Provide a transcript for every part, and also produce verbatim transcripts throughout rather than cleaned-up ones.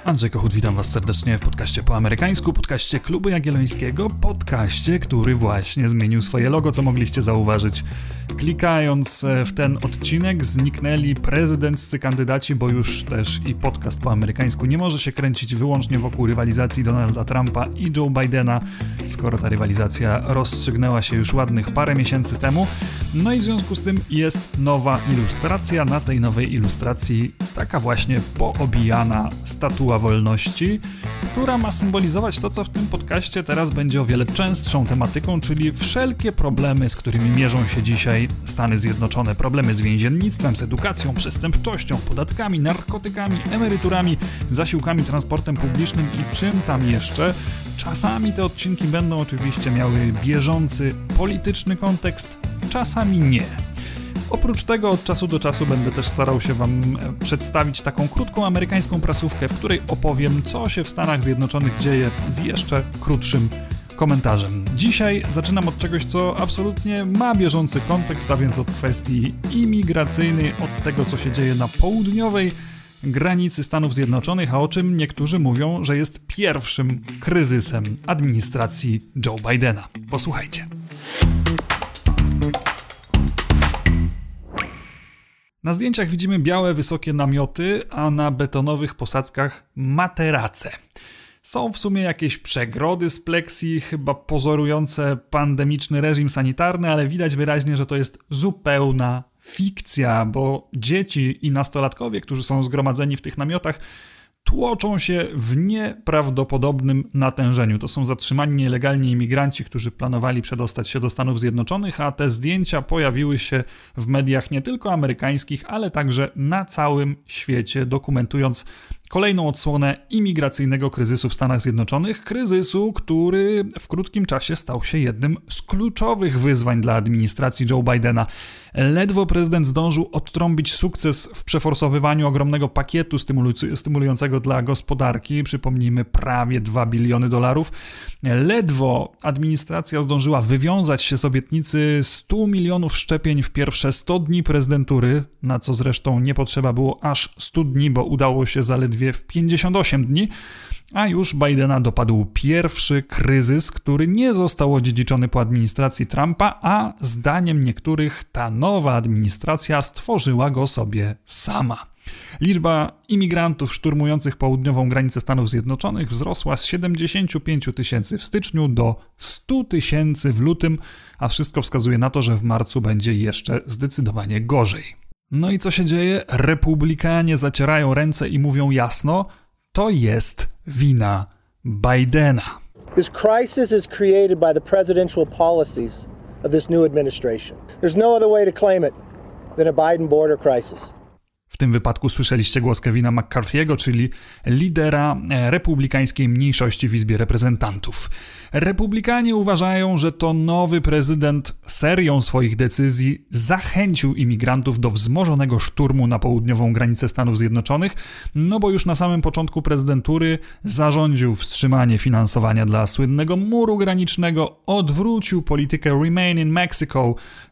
Andrzej Kochut, witam was serdecznie w podcaście po amerykańsku, podcaście Klubu Jagiellońskiego, podcaście, który właśnie zmienił swoje logo, co mogliście zauważyć. Klikając w ten odcinek zniknęli prezydenccy kandydaci, bo już też i podcast po amerykańsku nie może się kręcić wyłącznie wokół rywalizacji Donalda Trumpa i Joe Bidena, skoro ta rywalizacja rozstrzygnęła się już ładnych parę miesięcy temu. No i w związku z tym jest nowa ilustracja. Na tej nowej ilustracji taka właśnie poobijana statua wolności, która ma symbolizować to, co w tym podcaście teraz będzie o wiele częstszą tematyką, czyli wszelkie problemy, z którymi mierzą się dzisiaj Stany Zjednoczone. Problemy z więziennictwem, z edukacją, przestępczością, podatkami, narkotykami, emeryturami, zasiłkami, transportem publicznym i czym tam jeszcze. Czasami te odcinki będą oczywiście miały bieżący polityczny kontekst, czasami nie. Oprócz tego od czasu do czasu będę też starał się wam przedstawić taką krótką amerykańską prasówkę, w której opowiem, co się w Stanach Zjednoczonych dzieje z jeszcze krótszym komentarzem. Dzisiaj zaczynam od czegoś, co absolutnie ma bieżący kontekst, a więc od kwestii imigracyjnej, od tego, co się dzieje na południowej granicy Stanów Zjednoczonych, a o czym niektórzy mówią, że jest pierwszym kryzysem administracji Joe Bidena. Posłuchajcie. Na zdjęciach widzimy białe, wysokie namioty, a na betonowych posadzkach materace. Są w sumie jakieś przegrody z pleksji, chyba pozorujące pandemiczny reżim sanitarny, ale widać wyraźnie, że to jest zupełna fikcja, bo dzieci i nastolatkowie, którzy są zgromadzeni w tych namiotach, tłoczą się w nieprawdopodobnym natężeniu. To są zatrzymani nielegalni imigranci, którzy planowali przedostać się do Stanów Zjednoczonych, a te zdjęcia pojawiły się w mediach nie tylko amerykańskich, ale także na całym świecie, dokumentując kolejną odsłonę imigracyjnego kryzysu w Stanach Zjednoczonych. Kryzysu, który w krótkim czasie stał się jednym z kluczowych wyzwań dla administracji Joe Bidena. Ledwo prezydent zdążył odtrąbić sukces w przeforsowywaniu ogromnego pakietu stymuluj- stymulującego dla gospodarki, przypomnijmy prawie dwa biliony dolarów. Ledwo administracja zdążyła wywiązać się z obietnicy stu milionów szczepień w pierwsze sto dni prezydentury, na co zresztą nie potrzeba było aż stu dni, bo udało się zaledwie w pięćdziesiąt osiem dni, a już Bidena dopadł pierwszy kryzys, który nie został odziedziczony po administracji Trumpa, a zdaniem niektórych ta nowa administracja stworzyła go sobie sama. Liczba imigrantów szturmujących południową granicę Stanów Zjednoczonych wzrosła z siedemdziesięciu pięciu tysięcy w styczniu do stu tysięcy w lutym, a wszystko wskazuje na to, że w marcu będzie jeszcze zdecydowanie gorzej. No i co się dzieje? Republikanie zacierają ręce i mówią jasno, to jest wina Bidena. This crisis is created by the presidential policies of this new administration. There's no other way to claim it than a Biden border crisis. W tym wypadku słyszeliście głos Kevina McCarthy'ego, czyli lidera republikańskiej mniejszości w Izbie Reprezentantów. Republikanie uważają, że to nowy prezydent serią swoich decyzji zachęcił imigrantów do wzmożonego szturmu na południową granicę Stanów Zjednoczonych, no bo już na samym początku prezydentury zarządził wstrzymanie finansowania dla słynnego muru granicznego, odwrócił politykę Remain in Mexico,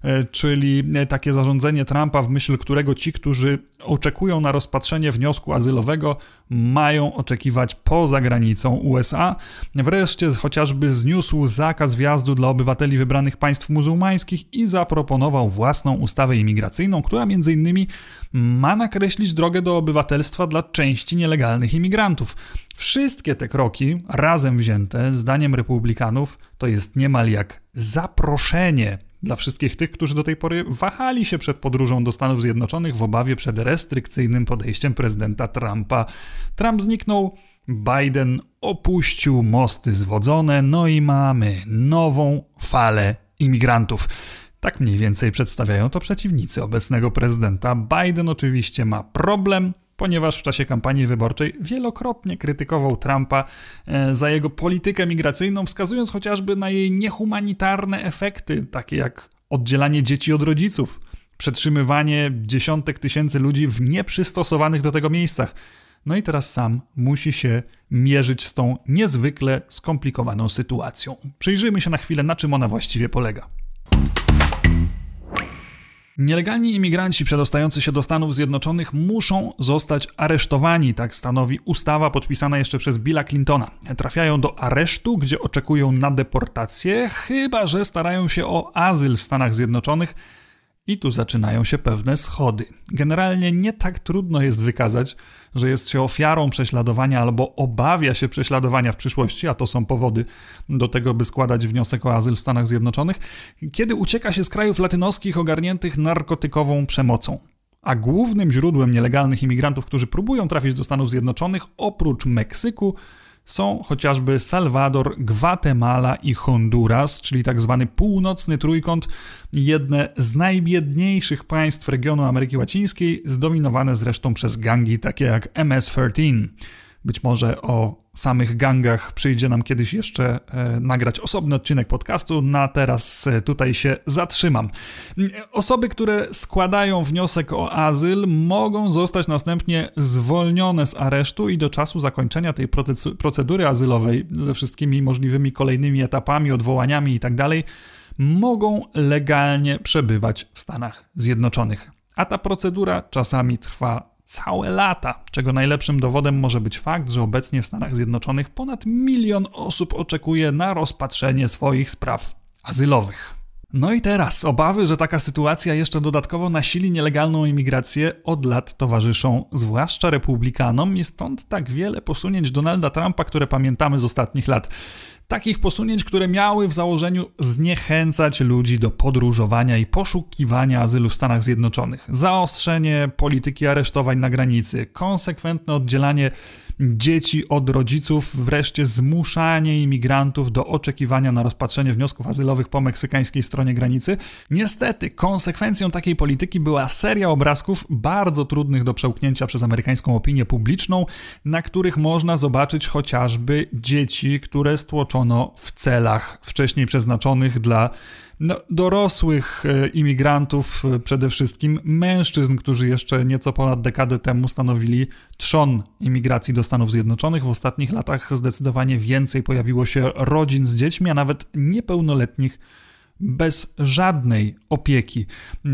czyli takie zarządzenie Trumpa, w myśl którego ci, którzy oczekują na rozpatrzenie wniosku azylowego, mają oczekiwać poza granicą U S A. Wreszcie chociażby zniósł zakaz wjazdu dla obywateli wybranych państw muzułmańskich i zaproponował własną ustawę imigracyjną, która między innymi ma nakreślić drogę do obywatelstwa dla części nielegalnych imigrantów. Wszystkie te kroki, razem wzięte, zdaniem republikanów, to jest niemal jak zaproszenie dla wszystkich tych, którzy do tej pory wahali się przed podróżą do Stanów Zjednoczonych w obawie przed restrykcyjnym podejściem prezydenta Trumpa. Trump zniknął, Biden opuścił mosty zwodzone, no i mamy nową falę imigrantów. Tak mniej więcej przedstawiają to przeciwnicy obecnego prezydenta. Biden oczywiście ma problem, ponieważ w czasie kampanii wyborczej wielokrotnie krytykował Trumpa za jego politykę migracyjną, wskazując chociażby na jej niehumanitarne efekty, takie jak oddzielanie dzieci od rodziców, przetrzymywanie dziesiątek tysięcy ludzi w nieprzystosowanych do tego miejscach. No i teraz sam musi się mierzyć z tą niezwykle skomplikowaną sytuacją. Przyjrzyjmy się na chwilę, na czym ona właściwie polega. Nielegalni imigranci przedostający się do Stanów Zjednoczonych muszą zostać aresztowani, tak stanowi ustawa podpisana jeszcze przez Billa Clintona. Trafiają do aresztu, gdzie oczekują na deportację, chyba że starają się o azyl w Stanach Zjednoczonych i tu zaczynają się pewne schody. Generalnie nie tak trudno jest wykazać, że jest się ofiarą prześladowania albo obawia się prześladowania w przyszłości, a to są powody do tego, by składać wniosek o azyl w Stanach Zjednoczonych, kiedy ucieka się z krajów latynoskich ogarniętych narkotykową przemocą. A głównym źródłem nielegalnych imigrantów, którzy próbują trafić do Stanów Zjednoczonych, oprócz Meksyku, są chociażby Salwador, Gwatemala i Honduras, czyli tak zwany północny trójkąt, jedne z najbiedniejszych państw regionu Ameryki Łacińskiej, zdominowane zresztą przez gangi takie jak M S trzynaście. Być może o samych gangach przyjdzie nam kiedyś jeszcze e, nagrać osobny odcinek podcastu, na teraz e, tutaj się zatrzymam. Osoby, które składają wniosek o azyl, mogą zostać następnie zwolnione z aresztu i do czasu zakończenia tej procedury azylowej ze wszystkimi możliwymi kolejnymi etapami, odwołaniami itd. mogą legalnie przebywać w Stanach Zjednoczonych. A ta procedura czasami trwa całe lata, czego najlepszym dowodem może być fakt, że obecnie w Stanach Zjednoczonych ponad milion osób oczekuje na rozpatrzenie swoich spraw azylowych. No i teraz obawy, że taka sytuacja jeszcze dodatkowo nasili nielegalną imigrację, od lat towarzyszą zwłaszcza republikanom i stąd tak wiele posunięć Donalda Trumpa, które pamiętamy z ostatnich lat. Takich posunięć, które miały w założeniu zniechęcać ludzi do podróżowania i poszukiwania azylu w Stanach Zjednoczonych. Zaostrzenie polityki aresztowań na granicy, konsekwentne oddzielanie dzieci od rodziców, wreszcie zmuszanie imigrantów do oczekiwania na rozpatrzenie wniosków azylowych po meksykańskiej stronie granicy. Niestety, konsekwencją takiej polityki była seria obrazków bardzo trudnych do przełknięcia przez amerykańską opinię publiczną, na których można zobaczyć chociażby dzieci, które stłoczono w celach wcześniej przeznaczonych dla No, dorosłych imigrantów, przede wszystkim mężczyzn, którzy jeszcze nieco ponad dekadę temu stanowili trzon imigracji do Stanów Zjednoczonych. W ostatnich latach zdecydowanie więcej pojawiło się rodzin z dziećmi, a nawet niepełnoletnich bez żadnej opieki.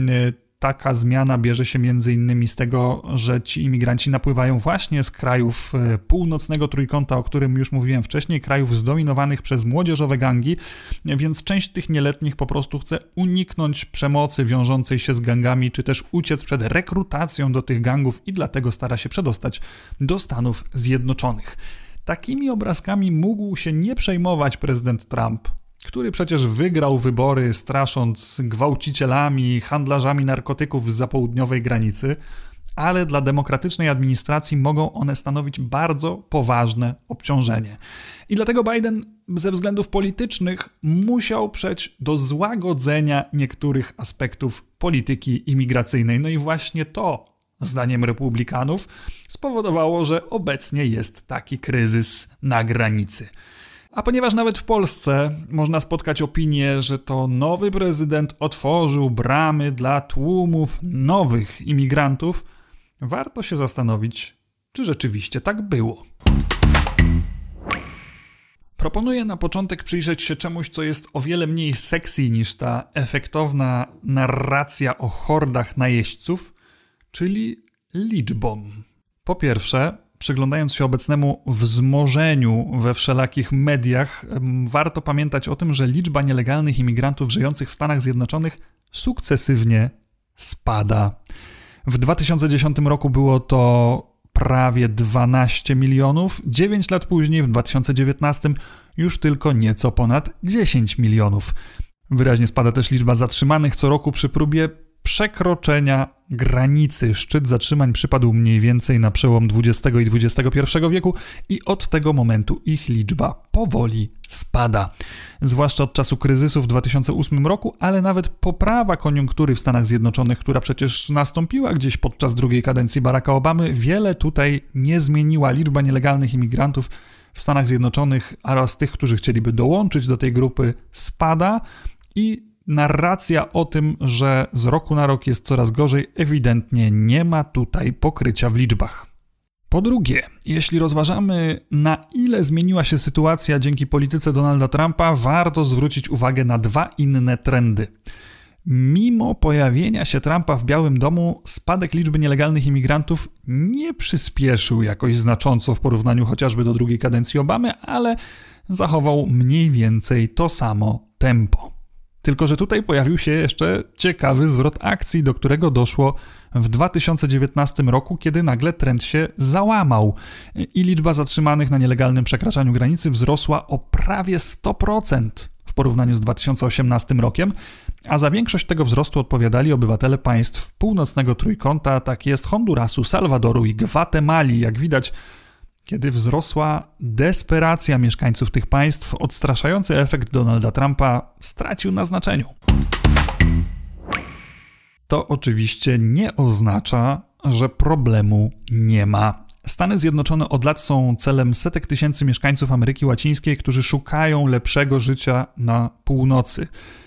Taka zmiana bierze się między innymi z tego, że ci imigranci napływają właśnie z krajów północnego trójkąta, o którym już mówiłem wcześniej, krajów zdominowanych przez młodzieżowe gangi, więc część tych nieletnich po prostu chce uniknąć przemocy wiążącej się z gangami, czy też uciec przed rekrutacją do tych gangów i dlatego stara się przedostać do Stanów Zjednoczonych. Takimi obrazkami mógł się nie przejmować prezydent Trump, który przecież wygrał wybory strasząc gwałcicielami, handlarzami narkotyków zza południowej granicy, ale dla demokratycznej administracji mogą one stanowić bardzo poważne obciążenie. I dlatego Biden ze względów politycznych musiał przejść do złagodzenia niektórych aspektów polityki imigracyjnej. No i właśnie to, zdaniem republikanów, spowodowało, że obecnie jest taki kryzys na granicy. A ponieważ nawet w Polsce można spotkać opinię, że to nowy prezydent otworzył bramy dla tłumów nowych imigrantów, warto się zastanowić, czy rzeczywiście tak było. Proponuję na początek przyjrzeć się czemuś, co jest o wiele mniej sexy niż ta efektowna narracja o hordach najeźdźców, czyli liczbom. Po pierwsze, przyglądając się obecnemu wzmożeniu we wszelakich mediach, warto pamiętać o tym, że liczba nielegalnych imigrantów żyjących w Stanach Zjednoczonych sukcesywnie spada. W dwa tysiące dziesiątym roku było to prawie dwanaście milionów, dziewięć lat później, w dwa tysiące dziewiętnastym, już tylko nieco ponad dziesięć milionów. Wyraźnie spada też liczba zatrzymanych co roku przy próbie przekroczenia granicy. Szczyt zatrzymań przypadł mniej więcej na przełom dwudziestego i dwudziestego pierwszego wieku i od tego momentu ich liczba powoli spada. Zwłaszcza od czasu kryzysu w dwa tysiące ósmym roku, ale nawet poprawa koniunktury w Stanach Zjednoczonych, która przecież nastąpiła gdzieś podczas drugiej kadencji Baracka Obamy, wiele tutaj nie zmieniła. Liczba nielegalnych imigrantów w Stanach Zjednoczonych oraz tych, którzy chcieliby dołączyć do tej grupy, spada i narracja o tym, że z roku na rok jest coraz gorzej, ewidentnie nie ma tutaj pokrycia w liczbach. Po drugie, jeśli rozważamy, na ile zmieniła się sytuacja dzięki polityce Donalda Trumpa, warto zwrócić uwagę na dwa inne trendy. Mimo pojawienia się Trumpa w Białym Domu, spadek liczby nielegalnych imigrantów nie przyspieszył jakoś znacząco w porównaniu chociażby do drugiej kadencji Obamy, ale zachował mniej więcej to samo tempo. Tylko że tutaj pojawił się jeszcze ciekawy zwrot akcji, do którego doszło w dwa tysiące dziewiętnastym roku, kiedy nagle trend się załamał i liczba zatrzymanych na nielegalnym przekraczaniu granicy wzrosła o prawie sto procent w porównaniu z dwa tysiące osiemnastym rokiem, a za większość tego wzrostu odpowiadali obywatele państw północnego trójkąta, tak jest Hondurasu, Salwadoru i Gwatemali. Jak widać, kiedy wzrosła desperacja mieszkańców tych państw, odstraszający efekt Donalda Trumpa stracił na znaczeniu. To oczywiście nie oznacza, że problemu nie ma. Stany Zjednoczone od lat są celem setek tysięcy mieszkańców Ameryki Łacińskiej, którzy szukają lepszego życia na północy.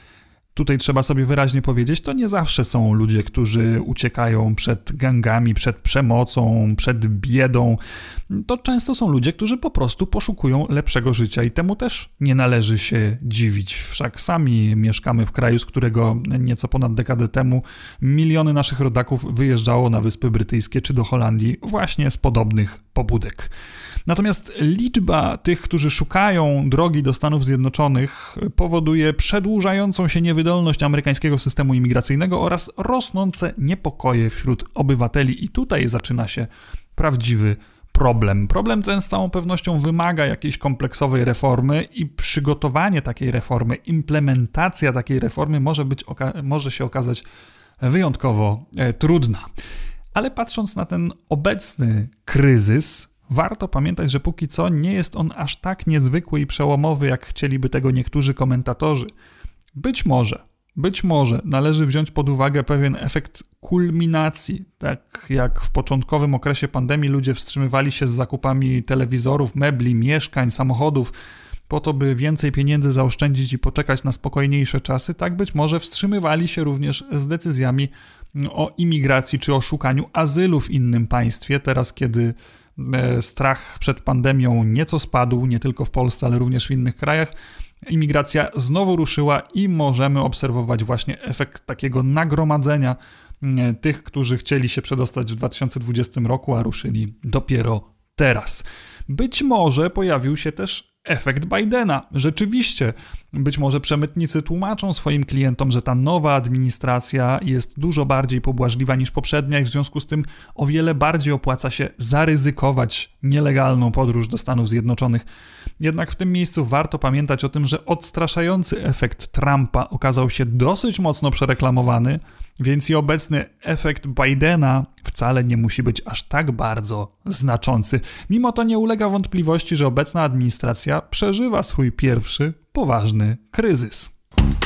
Tutaj trzeba sobie wyraźnie powiedzieć, to nie zawsze są ludzie, którzy uciekają przed gangami, przed przemocą, przed biedą. To często są ludzie, którzy po prostu poszukują lepszego życia i temu też nie należy się dziwić. Wszak sami mieszkamy w kraju, z którego nieco ponad dekadę temu miliony naszych rodaków wyjeżdżało na Wyspy Brytyjskie czy do Holandii właśnie z podobnych pobudek. Natomiast liczba tych, którzy szukają drogi do Stanów Zjednoczonych, powoduje przedłużającą się niewydolność amerykańskiego systemu imigracyjnego oraz rosnące niepokoje wśród obywateli. I tutaj zaczyna się prawdziwy problem. Problem ten z całą pewnością wymaga jakiejś kompleksowej reformy i przygotowanie takiej reformy, implementacja takiej reformy może być, może się okazać wyjątkowo e, trudna. Ale patrząc na ten obecny kryzys, warto pamiętać, że póki co nie jest on aż tak niezwykły i przełomowy, jak chcieliby tego niektórzy komentatorzy. Być może, być może należy wziąć pod uwagę pewien efekt kulminacji. Tak jak w początkowym okresie pandemii ludzie wstrzymywali się z zakupami telewizorów, mebli, mieszkań, samochodów, po to, by więcej pieniędzy zaoszczędzić i poczekać na spokojniejsze czasy, tak być może wstrzymywali się również z decyzjami o imigracji czy o szukaniu azylu w innym państwie. Teraz, kiedy strach przed pandemią nieco spadł, nie tylko w Polsce, ale również w innych krajach, imigracja znowu ruszyła i możemy obserwować właśnie efekt takiego nagromadzenia tych, którzy chcieli się przedostać w dwa tysiące dwudziestym roku, a ruszyli dopiero teraz. Być może pojawił się też efekt Bidena. Rzeczywiście, być może przemytnicy tłumaczą swoim klientom, że ta nowa administracja jest dużo bardziej pobłażliwa niż poprzednia i w związku z tym o wiele bardziej opłaca się zaryzykować nielegalną podróż do Stanów Zjednoczonych. Jednak w tym miejscu warto pamiętać o tym, że odstraszający efekt Trumpa okazał się dosyć mocno przereklamowany, więc i obecny efekt Bidena wcale nie musi być aż tak bardzo znaczący. Mimo to nie ulega wątpliwości, że obecna administracja przeżywa swój pierwszy poważny kryzys.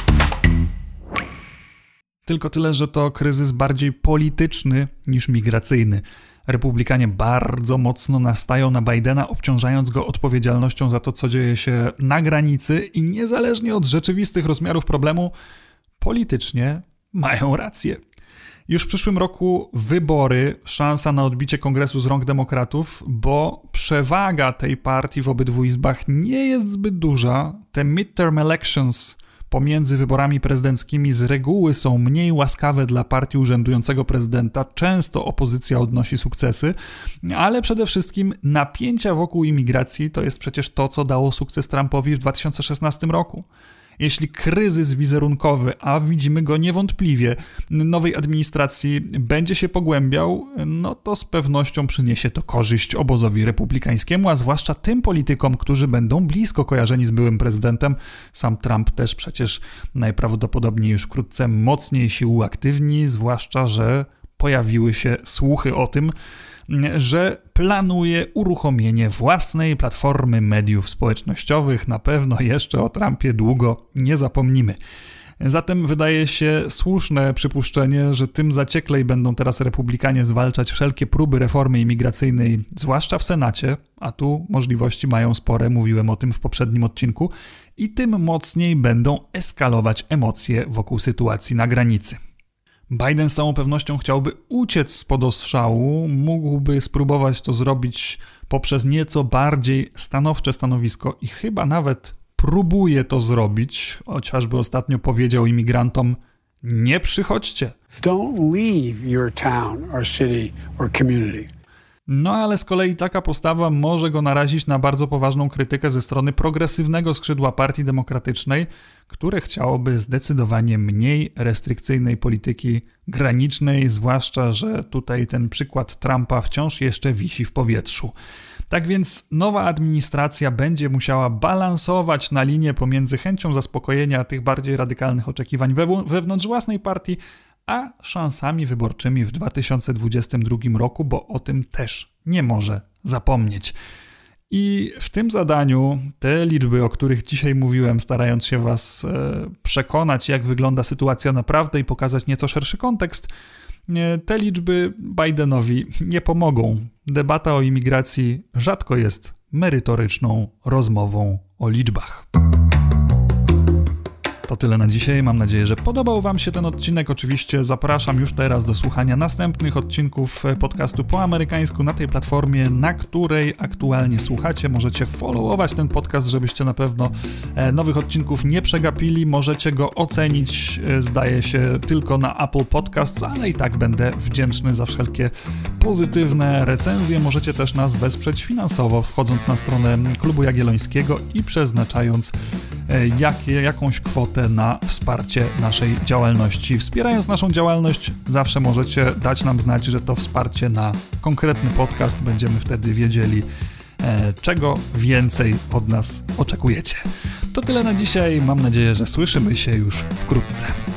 Tylko tyle, że to kryzys bardziej polityczny niż migracyjny. Republikanie bardzo mocno nastają na Bidena, obciążając go odpowiedzialnością za to, co dzieje się na granicy i niezależnie od rzeczywistych rozmiarów problemu, politycznie mają rację. Już w przyszłym roku wybory, szansa na odbicie kongresu z rąk demokratów, bo przewaga tej partii w obydwu izbach nie jest zbyt duża. Te midterm elections pomiędzy wyborami prezydenckimi z reguły są mniej łaskawe dla partii urzędującego prezydenta. Często opozycja odnosi sukcesy, ale przede wszystkim napięcia wokół imigracji to jest przecież to, co dało sukces Trumpowi w dwa tysiące szesnastym roku. Jeśli kryzys wizerunkowy, a widzimy go niewątpliwie, nowej administracji będzie się pogłębiał, no to z pewnością przyniesie to korzyść obozowi republikańskiemu, a zwłaszcza tym politykom, którzy będą blisko kojarzeni z byłym prezydentem. Sam Trump też przecież najprawdopodobniej już wkrótce mocniej się uaktywni, zwłaszcza że pojawiły się słuchy o tym, że planuje uruchomienie własnej platformy mediów społecznościowych. Na pewno jeszcze o Trumpie długo nie zapomnimy. Zatem wydaje się słuszne przypuszczenie, że tym zacieklej będą teraz republikanie zwalczać wszelkie próby reformy imigracyjnej, zwłaszcza w Senacie, a tu możliwości mają spore, mówiłem o tym w poprzednim odcinku, i tym mocniej będą eskalować emocje wokół sytuacji na granicy. Biden z całą pewnością chciałby uciec spod ostrzału, mógłby spróbować to zrobić poprzez nieco bardziej stanowcze stanowisko i chyba nawet próbuje to zrobić, chociażby ostatnio powiedział imigrantom: nie przychodźcie. Don't leave your town or city or community. No ale z kolei taka postawa może go narazić na bardzo poważną krytykę ze strony progresywnego skrzydła Partii Demokratycznej, które chciałoby zdecydowanie mniej restrykcyjnej polityki granicznej, zwłaszcza że tutaj ten przykład Trumpa wciąż jeszcze wisi w powietrzu. Tak więc nowa administracja będzie musiała balansować na linię pomiędzy chęcią zaspokojenia tych bardziej radykalnych oczekiwań wewnątrz własnej partii, a szansami wyborczymi w dwa tysiące dwudziestym drugim roku, bo o tym też nie może zapomnieć. I w tym zadaniu te liczby, o których dzisiaj mówiłem, starając się was e, przekonać, jak wygląda sytuacja naprawdę i pokazać nieco szerszy kontekst, e, te liczby Bidenowi nie pomogą. Debata o imigracji rzadko jest merytoryczną rozmową o liczbach. To tyle na dzisiaj. Mam nadzieję, że podobał wam się ten odcinek. Oczywiście zapraszam już teraz do słuchania następnych odcinków podcastu po amerykańsku na tej platformie, na której aktualnie słuchacie. Możecie followować ten podcast, żebyście na pewno nowych odcinków nie przegapili. Możecie go ocenić, zdaje się, tylko na Apple Podcasts, ale i tak będę wdzięczny za wszelkie pozytywne recenzje. Możecie też nas wesprzeć finansowo, wchodząc na stronę Klubu Jagiellońskiego i przeznaczając jak, jakąś kwotę na wsparcie naszej działalności. Wspierając naszą działalność zawsze możecie dać nam znać, że to wsparcie na konkretny podcast. Będziemy wtedy wiedzieli, e, czego więcej od nas oczekujecie. To tyle na dzisiaj. Mam nadzieję, że słyszymy się już wkrótce.